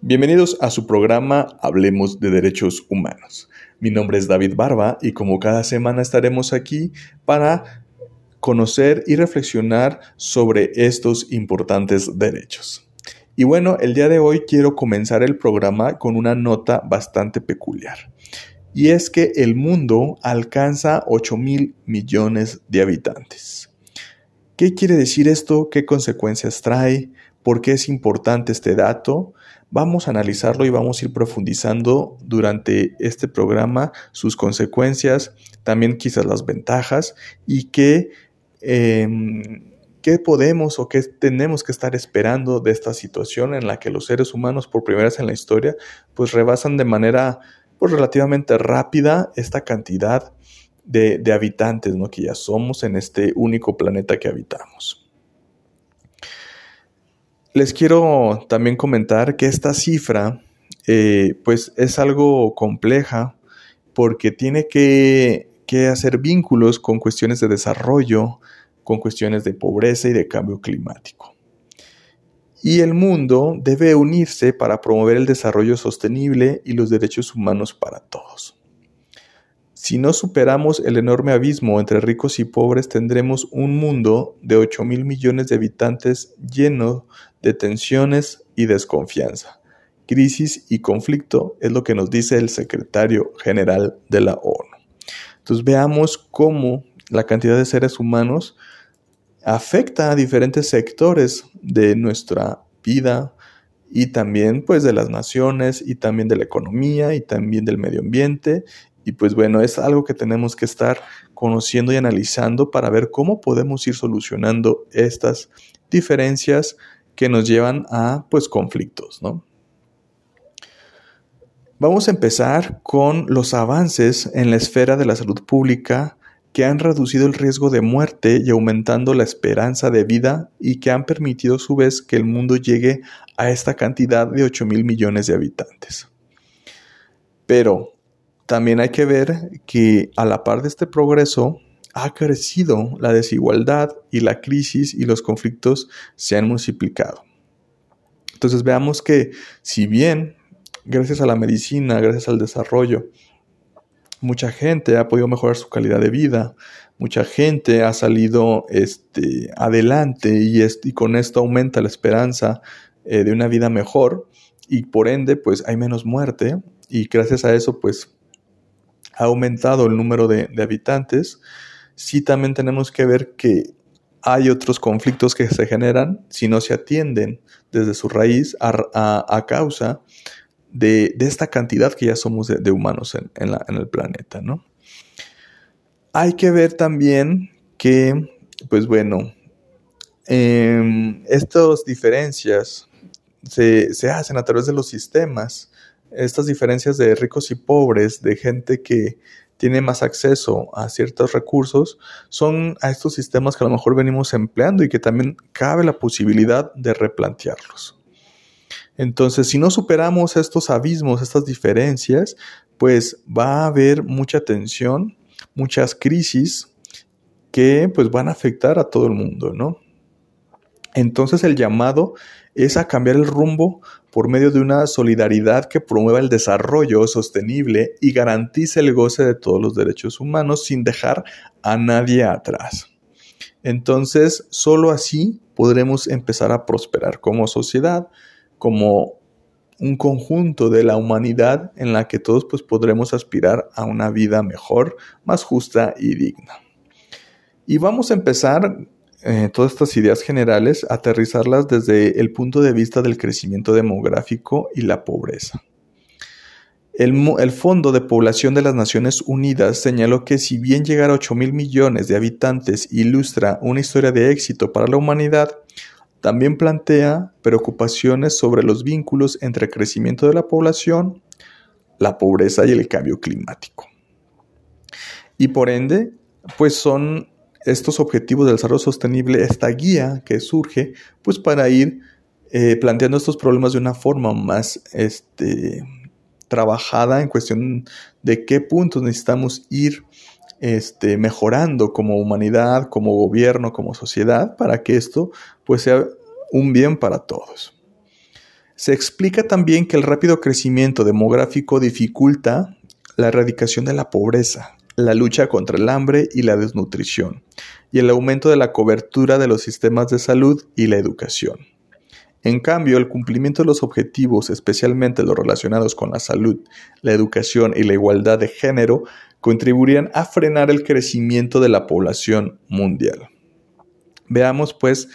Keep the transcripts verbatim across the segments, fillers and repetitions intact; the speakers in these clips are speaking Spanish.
Bienvenidos a su programa Hablemos de Derechos Humanos. Mi nombre es David Barba y como cada semana estaremos aquí para conocer y reflexionar sobre estos importantes derechos. Y bueno, el día de hoy quiero comenzar el programa con una nota bastante peculiar. Y es que el mundo alcanza ocho mil millones de habitantes. ¿Qué quiere decir esto? ¿Qué consecuencias trae? ¿Por qué es importante este dato? Vamos a analizarlo y vamos a ir profundizando durante este programa sus consecuencias, también quizás las ventajas y qué, eh, qué podemos o qué tenemos que estar esperando de esta situación en la que los seres humanos por primera vez en la historia pues rebasan de manera pues, relativamente rápida esta cantidad de, de habitantes, ¿no? que ya somos en este único planeta que habitamos. Les quiero también comentar que esta cifra eh, pues es algo compleja porque tiene que, que hacer vínculos con cuestiones de desarrollo, con cuestiones de pobreza y de cambio climático. Y el mundo debe unirse para promover el desarrollo sostenible y los derechos humanos para todos. Si no superamos el enorme abismo entre ricos y pobres, tendremos un mundo de ocho mil millones de habitantes lleno de tensiones y desconfianza. Crisis y conflicto es lo que nos dice el secretario general de la ONU. Entonces veamos cómo la cantidad de seres humanos afecta a diferentes sectores de nuestra vida y también pues de las naciones y también de la economía y también del medio ambiente. Y pues bueno, es algo que tenemos que estar conociendo y analizando para ver cómo podemos ir solucionando estas diferencias que nos llevan a pues conflictos, ¿no? Vamos a empezar con los avances en la esfera de la salud pública que han reducido el riesgo de muerte y aumentando la esperanza de vida y que han permitido a su vez que el mundo llegue a esta cantidad de ocho mil millones de habitantes. Pero también hay que ver que a la par de este progreso ha crecido la desigualdad y la crisis y los conflictos se han multiplicado. Entonces veamos que si bien gracias a la medicina, gracias al desarrollo, mucha gente ha podido mejorar su calidad de vida, mucha gente ha salido este, adelante y, este, y con esto aumenta la esperanza eh, de una vida mejor y por ende pues hay menos muerte y gracias a eso pues ha aumentado el número de, de habitantes. Sí también tenemos que ver que hay otros conflictos que se generan si no se atienden desde su raíz a, a, a causa de, de esta cantidad que ya somos de, de humanos en, en, la, en el planeta, ¿no? Hay que ver también que, pues bueno, eh, estas diferencias se, se hacen a través de los sistemas. Estas diferencias de ricos y pobres, de gente que tiene más acceso a ciertos recursos, son a estos sistemas que a lo mejor venimos empleando y que también cabe la posibilidad de replantearlos. Entonces, si no superamos estos abismos, estas diferencias, pues va a haber mucha tensión, muchas crisis que pues van a afectar a todo el mundo, ¿no? Entonces el llamado es a cambiar el rumbo por medio de una solidaridad que promueva el desarrollo sostenible y garantice el goce de todos los derechos humanos sin dejar a nadie atrás. Entonces, solo así podremos empezar a prosperar como sociedad, como un conjunto de la humanidad en la que todos pues, podremos aspirar a una vida mejor, más justa y digna. Y vamos a empezar Eh, todas estas ideas generales, aterrizarlas desde el punto de vista del crecimiento demográfico y la pobreza. El, el Fondo de Población de las Naciones Unidas señaló que si bien llegar a ocho mil millones de habitantes ilustra una historia de éxito para la humanidad, también plantea preocupaciones sobre los vínculos entre el crecimiento de la población, la pobreza y el cambio climático. Y por ende, pues son estos objetivos del desarrollo sostenible, esta guía que surge, pues para ir eh, planteando estos problemas de una forma más este, trabajada en cuestión de qué puntos necesitamos ir este, mejorando como humanidad, como gobierno, como sociedad, para que esto pues sea un bien para todos. Se explica también que el rápido crecimiento demográfico dificulta la erradicación de la pobreza, la lucha contra el hambre y la desnutrición, y el aumento de la cobertura de los sistemas de salud y la educación. En cambio, el cumplimiento de los objetivos, especialmente los relacionados con la salud, la educación y la igualdad de género, contribuirían a frenar el crecimiento de la población mundial. Veamos pues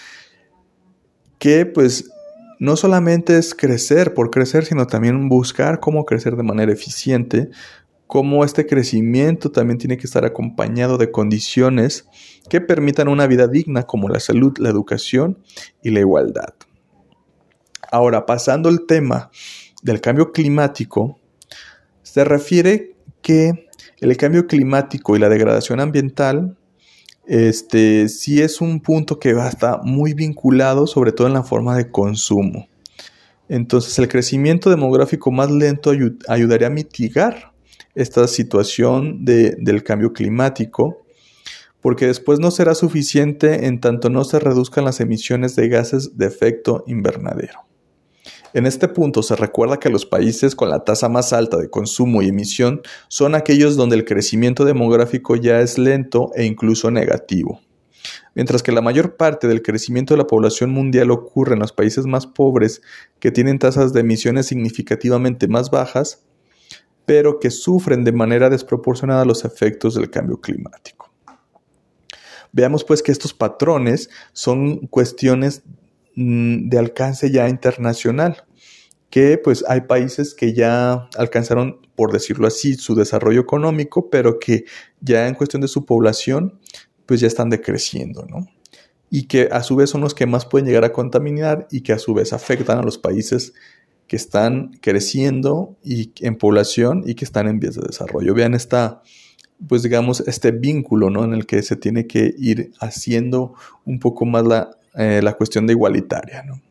que pues no solamente es crecer por crecer, sino también buscar cómo crecer de manera eficiente, cómo este crecimiento también tiene que estar acompañado de condiciones que permitan una vida digna como la salud, la educación y la igualdad. Ahora, pasando al tema del cambio climático, se refiere que el cambio climático y la degradación ambiental Este, sí es un punto que va a estar muy vinculado, sobre todo en la forma de consumo. Entonces, el crecimiento demográfico más lento ayu- ayudaría a mitigar esta situación de- del cambio climático, porque después no será suficiente en tanto no se reduzcan las emisiones de gases de efecto invernadero. En este punto se recuerda que los países con la tasa más alta de consumo y emisión son aquellos donde el crecimiento demográfico ya es lento e incluso negativo. Mientras que la mayor parte del crecimiento de la población mundial ocurre en los países más pobres que tienen tasas de emisiones significativamente más bajas, pero que sufren de manera desproporcionada los efectos del cambio climático. Veamos pues que estos patrones son cuestiones mm, de alcance ya internacional, que pues hay países que ya alcanzaron, por decirlo así, su desarrollo económico, pero que ya en cuestión de su población, pues ya están decreciendo, ¿no? Y que a su vez son los que más pueden llegar a contaminar y que a su vez afectan a los países que están creciendo y en población y que están en vías de desarrollo. Vean esta, pues digamos, este vínculo, ¿no? En el que se tiene que ir haciendo un poco más la, eh, la cuestión de igualitaria, ¿no?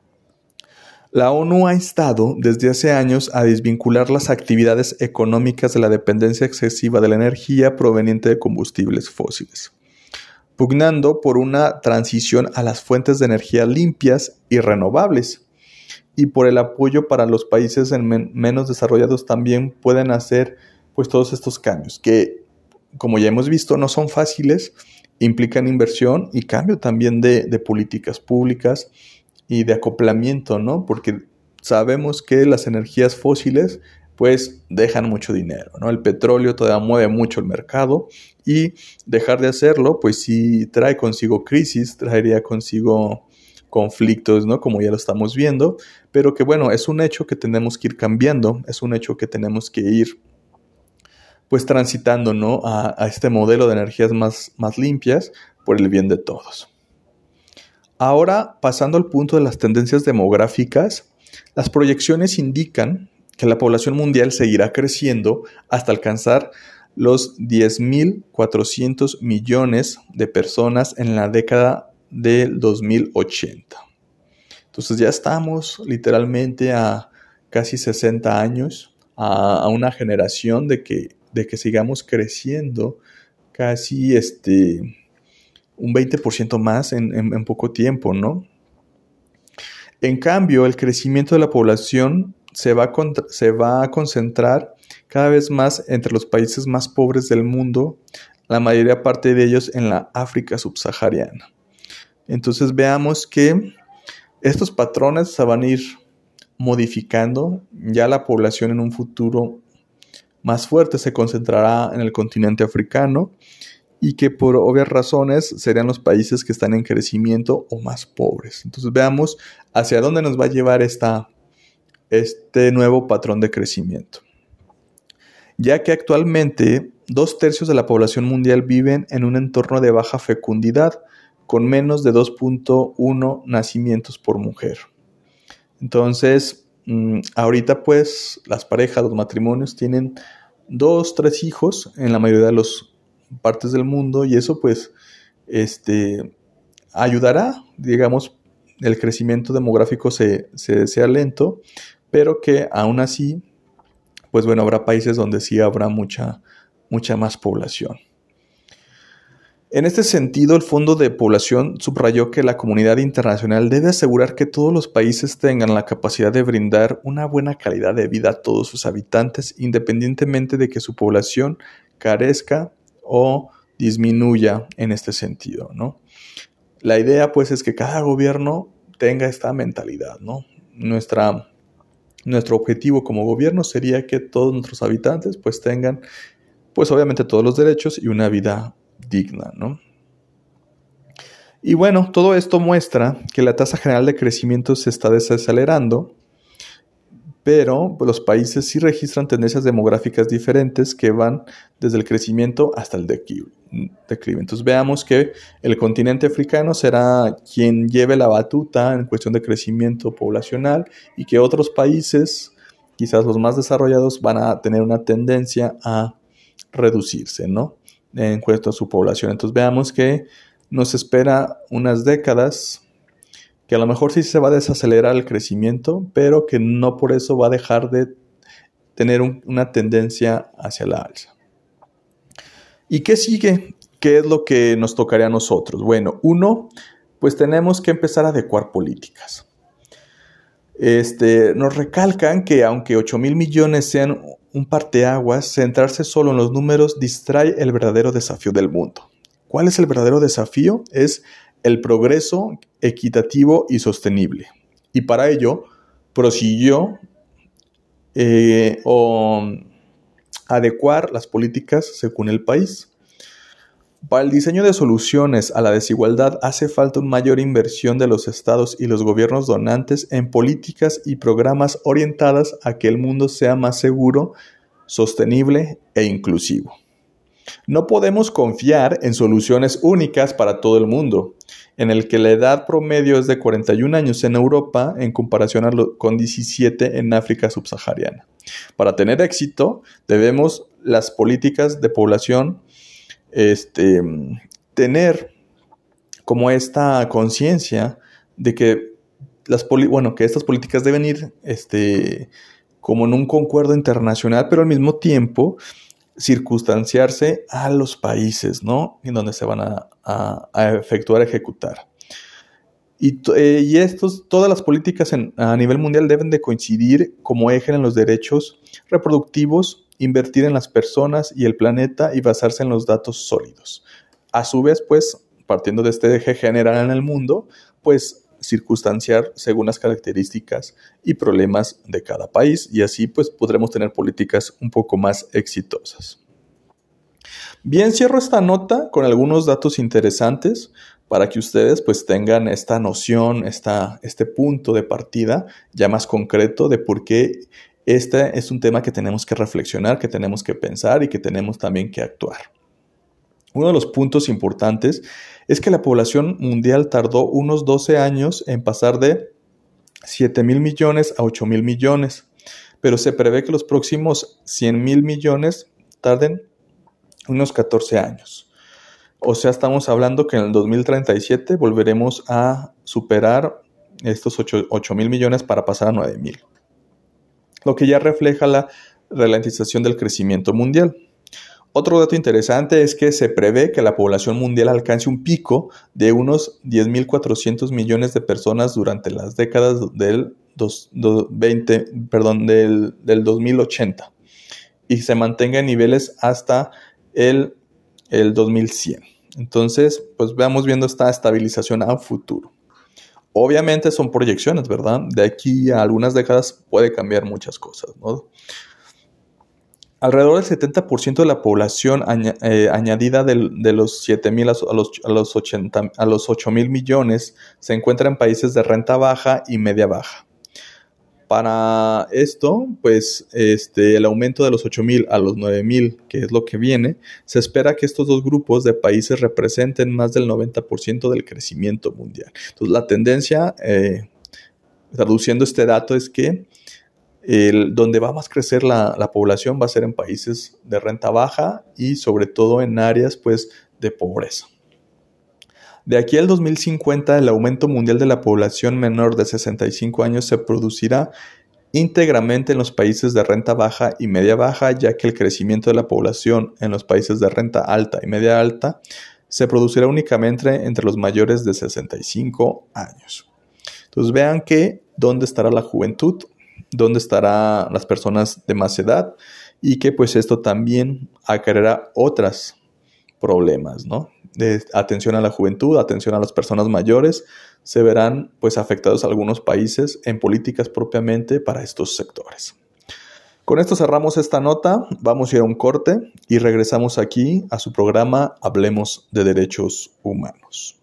La ONU ha instado desde hace años a desvincular las actividades económicas de la dependencia excesiva de la energía proveniente de combustibles fósiles, pugnando por una transición a las fuentes de energía limpias y renovables, y por el apoyo para los países en men- menos desarrollados también pueden hacer pues todos estos cambios, que como ya hemos visto no son fáciles, implican inversión y cambio también de, de políticas públicas y de acoplamiento, ¿no? Porque sabemos que las energías fósiles pues dejan mucho dinero, ¿no? El petróleo todavía mueve mucho el mercado y dejar de hacerlo pues sí trae consigo crisis, traería consigo conflictos, ¿no? Como ya lo estamos viendo, pero que bueno, es un hecho que tenemos que ir cambiando, es un hecho que tenemos que ir pues transitando, ¿no? A, a este modelo de energías más, más limpias por el bien de todos. Ahora, pasando al punto de las tendencias demográficas, las proyecciones indican que la población mundial seguirá creciendo hasta alcanzar los diez mil cuatrocientos millones de personas en la década del dos mil ochenta. Entonces ya estamos literalmente a casi sesenta años, a, a una generación de que, de que sigamos creciendo casi este, un veinte por ciento más en, en, en poco tiempo, ¿no? En cambio, el crecimiento de la población se va, a contra- se va a concentrar cada vez más entre los países más pobres del mundo, la mayoría parte de ellos en la África subsahariana. Entonces veamos que estos patrones se van a ir modificando. Ya la población en un futuro más fuerte se concentrará en el continente africano y que por obvias razones serían los países que están en crecimiento o más pobres. Entonces veamos hacia dónde nos va a llevar esta, este nuevo patrón de crecimiento. Ya que actualmente dos tercios de la población mundial viven en un entorno de baja fecundidad, con menos de dos punto uno nacimientos por mujer. Entonces, mmm, ahorita pues las parejas, los matrimonios tienen dos, tres hijos en la mayoría de las partes del mundo y eso pues este, ayudará, digamos, el crecimiento demográfico se, se sea lento, pero que aún así, pues bueno, habrá países donde sí habrá mucha, mucha más población. En este sentido, el Fondo de Población subrayó que la comunidad internacional debe asegurar que todos los países tengan la capacidad de brindar una buena calidad de vida a todos sus habitantes, independientemente de que su población carezca o disminuya en este sentido, ¿no? La idea, pues, es que cada gobierno tenga esta mentalidad, ¿no? Nuestra, nuestro objetivo como gobierno sería que todos nuestros habitantes, pues, tengan, pues, obviamente todos los derechos y una vida digna, ¿no? Y bueno, todo esto muestra que la tasa general de crecimiento se está desacelerando, pero los países sí registran tendencias demográficas diferentes que van desde el crecimiento hasta el declive. Entonces veamos que el continente africano será quien lleve la batuta en cuestión de crecimiento poblacional y que otros países, quizás los más desarrollados, van a tener una tendencia a reducirse, ¿no? En cuanto a su población. Entonces veamos que nos espera unas décadas que a lo mejor sí se va a desacelerar el crecimiento, pero que no por eso va a dejar de tener un, una tendencia hacia la alza. ¿Y qué sigue? ¿Qué es lo que nos tocaría a nosotros? Bueno, uno, pues tenemos que empezar a adecuar políticas. Este, nos recalcan que aunque ocho mil millones sean un parteaguas, centrarse solo en los números distrae el verdadero desafío del mundo. ¿Cuál es el verdadero desafío? Es el progreso equitativo y sostenible. Y para ello prosiguió eh, o adecuar las políticas según el país. Para el diseño de soluciones a la desigualdad hace falta una mayor inversión de los estados y los gobiernos donantes en políticas y programas orientadas a que el mundo sea más seguro, sostenible e inclusivo. No podemos confiar en soluciones únicas para todo el mundo, en el que la edad promedio es de cuarenta y un años en Europa en comparación a lo, con diecisiete en África subsahariana. Para tener éxito, debemos las políticas de población este, tener como esta conciencia de que, las poli- bueno, que estas políticas deben ir este, como en un concuerdo internacional, pero al mismo tiempo circunstanciarse a los países, ¿no? En donde se van a, a, a efectuar, a ejecutar. Y, eh, y estos, todas las políticas en, a nivel mundial deben de coincidir como eje en los derechos reproductivos, invertir en las personas y el planeta y basarse en los datos sólidos. A su vez, pues, partiendo de este eje general en el mundo, pues, circunstanciar según las características y problemas de cada país y así, pues, podremos tener políticas un poco más exitosas. Bien, cierro esta nota con algunos datos interesantes para que ustedes pues tengan esta noción, esta, este punto de partida ya más concreto de por qué este es un tema que tenemos que reflexionar, que tenemos que pensar y que tenemos también que actuar. Uno de los puntos importantes es que la población mundial tardó unos doce años en pasar de siete mil millones a ocho mil millones, pero se prevé que los próximos cien mil millones tarden unos catorce años. O sea, estamos hablando que en el dos mil treinta y siete volveremos a superar estos ocho mil millones para pasar a nueve mil. Lo que ya refleja la ralentización del crecimiento mundial. Otro dato interesante es que se prevé que la población mundial alcance un pico de unos diez mil cuatrocientos millones de personas durante las décadas del, dos, do, veinte, perdón, del, del dos mil ochenta y se mantenga en niveles hasta el, el dos mil cien. Entonces, pues veamos viendo esta estabilización a futuro. Obviamente son proyecciones, ¿verdad? De aquí a algunas décadas puede cambiar muchas cosas, ¿no? Alrededor del setenta por ciento de la población añ- eh, añadida del, de los siete mil a los, a los ochenta, a los ocho mil millones se encuentra en países de renta baja y media baja. Para esto, pues este, el aumento de los ocho mil a los nueve mil, que es lo que viene, se espera que estos dos grupos de países representen más del noventa por ciento del crecimiento mundial. Entonces, la tendencia, eh, traduciendo este dato, es que el, donde va más a crecer la, la población va a ser en países de renta baja y sobre todo en áreas pues, de pobreza. De aquí al dos mil cincuenta, el aumento mundial de la población menor de sesenta y cinco años se producirá íntegramente en los países de renta baja y media baja, ya que el crecimiento de la población en los países de renta alta y media alta se producirá únicamente entre los mayores de sesenta y cinco años. Entonces vean que dónde estará la juventud, dónde estarán las personas de más edad y que pues esto también acarreará otros problemas, ¿no? De atención a la juventud, atención a las personas mayores, se verán pues afectados algunos países en políticas propiamente para estos sectores. Con esto cerramos esta nota, vamos a ir a un corte y regresamos aquí a su programa Hablemos de Derechos Humanos.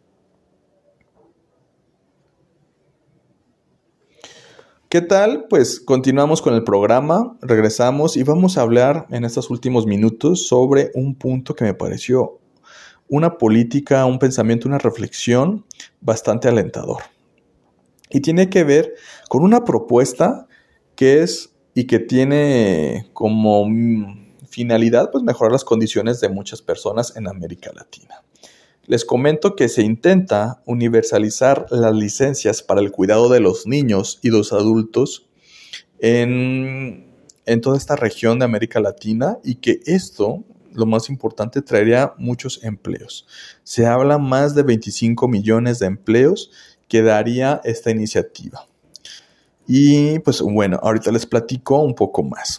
¿Qué tal? Pues continuamos con el programa, regresamos y vamos a hablar en estos últimos minutos sobre un punto que me pareció una política, un pensamiento, una reflexión bastante alentador. Y tiene que ver con una propuesta que es y que tiene como finalidad pues mejorar las condiciones de muchas personas en América Latina. Les comento que se intenta universalizar las licencias para el cuidado de los niños y los adultos en, en toda esta región de América Latina y que esto, lo más importante, traería muchos empleos. Se habla más de veinticinco millones de empleos que daría esta iniciativa. Y pues bueno, ahorita les platico un poco más.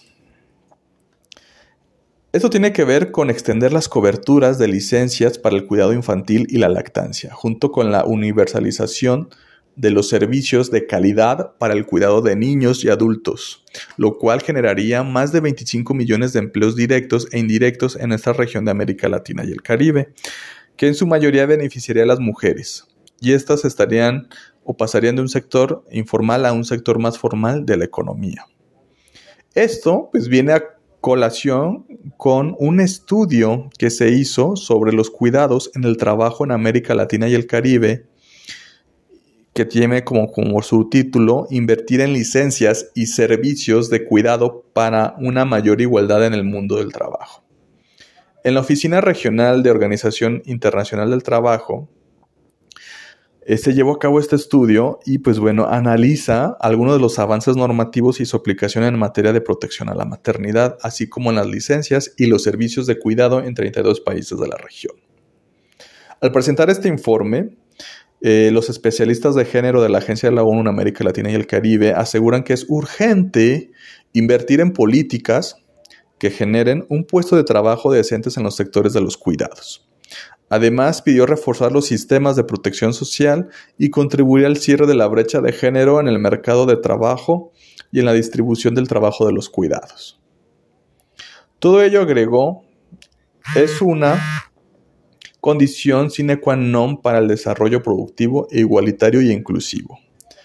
Esto tiene que ver con extender las coberturas de licencias para el cuidado infantil y la lactancia, junto con la universalización de los servicios de calidad para el cuidado de niños y adultos, lo cual generaría más de veinticinco millones de empleos directos e indirectos en esta región de América Latina y el Caribe, que en su mayoría beneficiaría a las mujeres, y estas estarían o pasarían de un sector informal a un sector más formal de la economía. Esto pues viene a colación con un estudio que se hizo sobre los cuidados en el trabajo en América Latina y el Caribe, que tiene como, como subtítulo Invertir en licencias y servicios de cuidado para una mayor igualdad en el mundo del trabajo. En la Oficina Regional de Organización Internacional del Trabajo, se llevó a cabo este estudio y pues bueno, analiza algunos de los avances normativos y su aplicación en materia de protección a la maternidad, así como en las licencias y los servicios de cuidado en treinta y dos países de la región. Al presentar este informe, eh, los especialistas de género de la Agencia de la ONU en América Latina y el Caribe aseguran que es urgente invertir en políticas que generen un puesto de trabajo decentes en los sectores de los cuidados. Además, pidió reforzar los sistemas de protección social y contribuir al cierre de la brecha de género en el mercado de trabajo y en la distribución del trabajo de los cuidados. Todo ello, agregó, es una condición sine qua non para el desarrollo productivo, igualitario y inclusivo.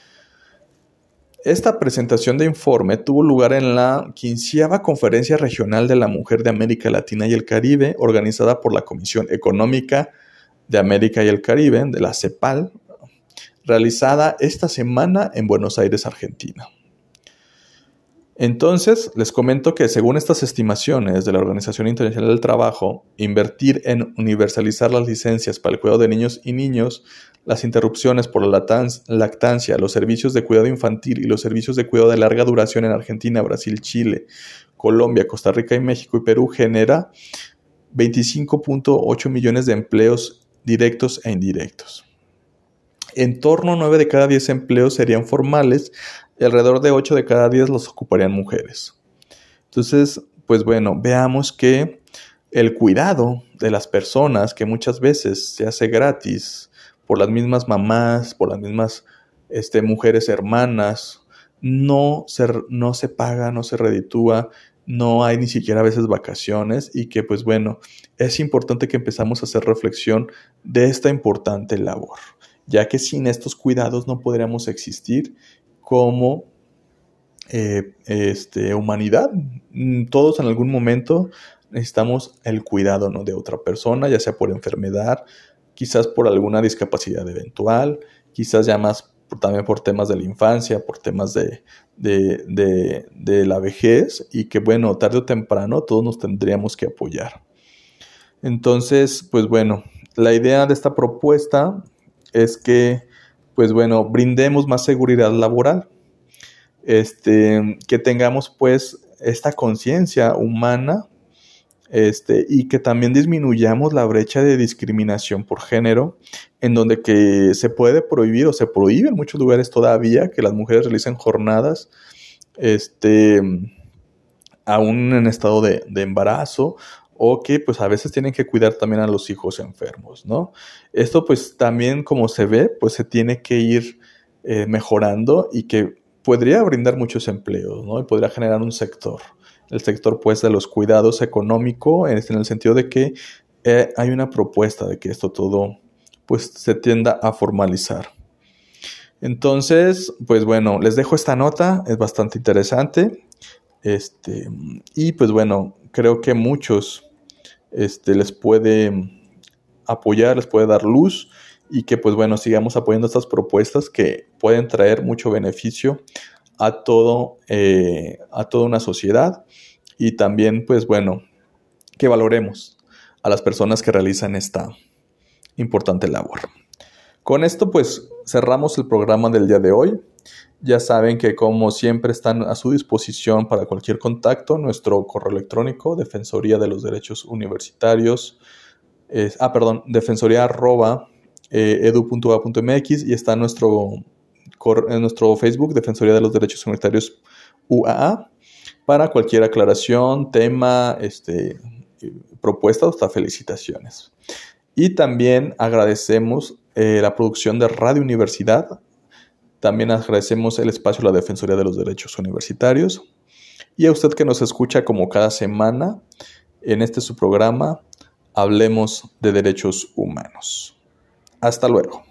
Esta presentación de informe tuvo lugar en la quinceava Conferencia Regional de la Mujer de América Latina y el Caribe, organizada por la Comisión Económica de América y el Caribe, de la CEPAL, realizada esta semana en Buenos Aires, Argentina. Entonces, les comento que según estas estimaciones de la Organización Internacional del Trabajo, invertir en universalizar las licencias para el cuidado de niños y niños, las interrupciones por la lactancia, los servicios de cuidado infantil y los servicios de cuidado de larga duración en Argentina, Brasil, Chile, Colombia, Costa Rica y México y Perú genera veinticinco punto ocho millones de empleos directos e indirectos. En torno a nueve de cada diez empleos serían formales y alrededor de ocho de cada diez los ocuparían mujeres. Entonces, pues bueno, veamos que el cuidado de las personas, que muchas veces se hace gratis por las mismas mamás, por las mismas este, mujeres hermanas, no se, no se paga, no se reditúa, no hay ni siquiera a veces vacaciones y que pues bueno, es importante que empezamos a hacer reflexión de esta importante labor, ya que sin estos cuidados no podríamos existir como eh, este, humanidad. Todos en algún momento necesitamos el cuidado, ¿no?, de otra persona, ya sea por enfermedad, quizás por alguna discapacidad eventual, quizás ya más por, también por temas de la infancia, por temas de, de, de, de la vejez, y que bueno, tarde o temprano todos nos tendríamos que apoyar. Entonces, pues bueno, la idea de esta propuesta es que, pues bueno, brindemos más seguridad laboral, este, que tengamos pues esta conciencia humana este, y que también disminuyamos la brecha de discriminación por género, en donde que se puede prohibir o se prohíbe en muchos lugares todavía que las mujeres realicen jornadas, este, aún en estado de, de embarazo, o que pues a veces tienen que cuidar también a los hijos enfermos, ¿no? Esto pues también, como se ve, pues se tiene que ir eh, mejorando, y que podría brindar muchos empleos, ¿no? Y podría generar un sector. El sector pues de los cuidados económico, en el sentido de que eh, hay una propuesta de que esto todo pues se tienda a formalizar. Entonces, pues bueno, les dejo esta nota, es bastante interesante. Este, y pues bueno, creo que muchos este, les puede apoyar, les puede dar luz, y que pues bueno, sigamos apoyando estas propuestas que pueden traer mucho beneficio a todo, eh, a toda una sociedad, y también pues bueno, que valoremos a las personas que realizan esta importante labor. Con esto pues cerramos el programa del día de hoy. Ya saben que como siempre están a su disposición para cualquier contacto nuestro correo electrónico, defensoría de los derechos universitarios, eh, ah, perdón, defensoría arroba eh, edu punto u a punto m x, y está nuestro, en nuestro Facebook, Defensoría de los Derechos Universitarios U A A, para cualquier aclaración, tema, este, propuesta o hasta felicitaciones. Y también agradecemos eh, la producción de Radio Universidad. También agradecemos el espacio a la Defensoría de los Derechos Universitarios. Y a usted que nos escucha como cada semana en este su programa, Hablemos de Derechos Humanos. Hasta luego.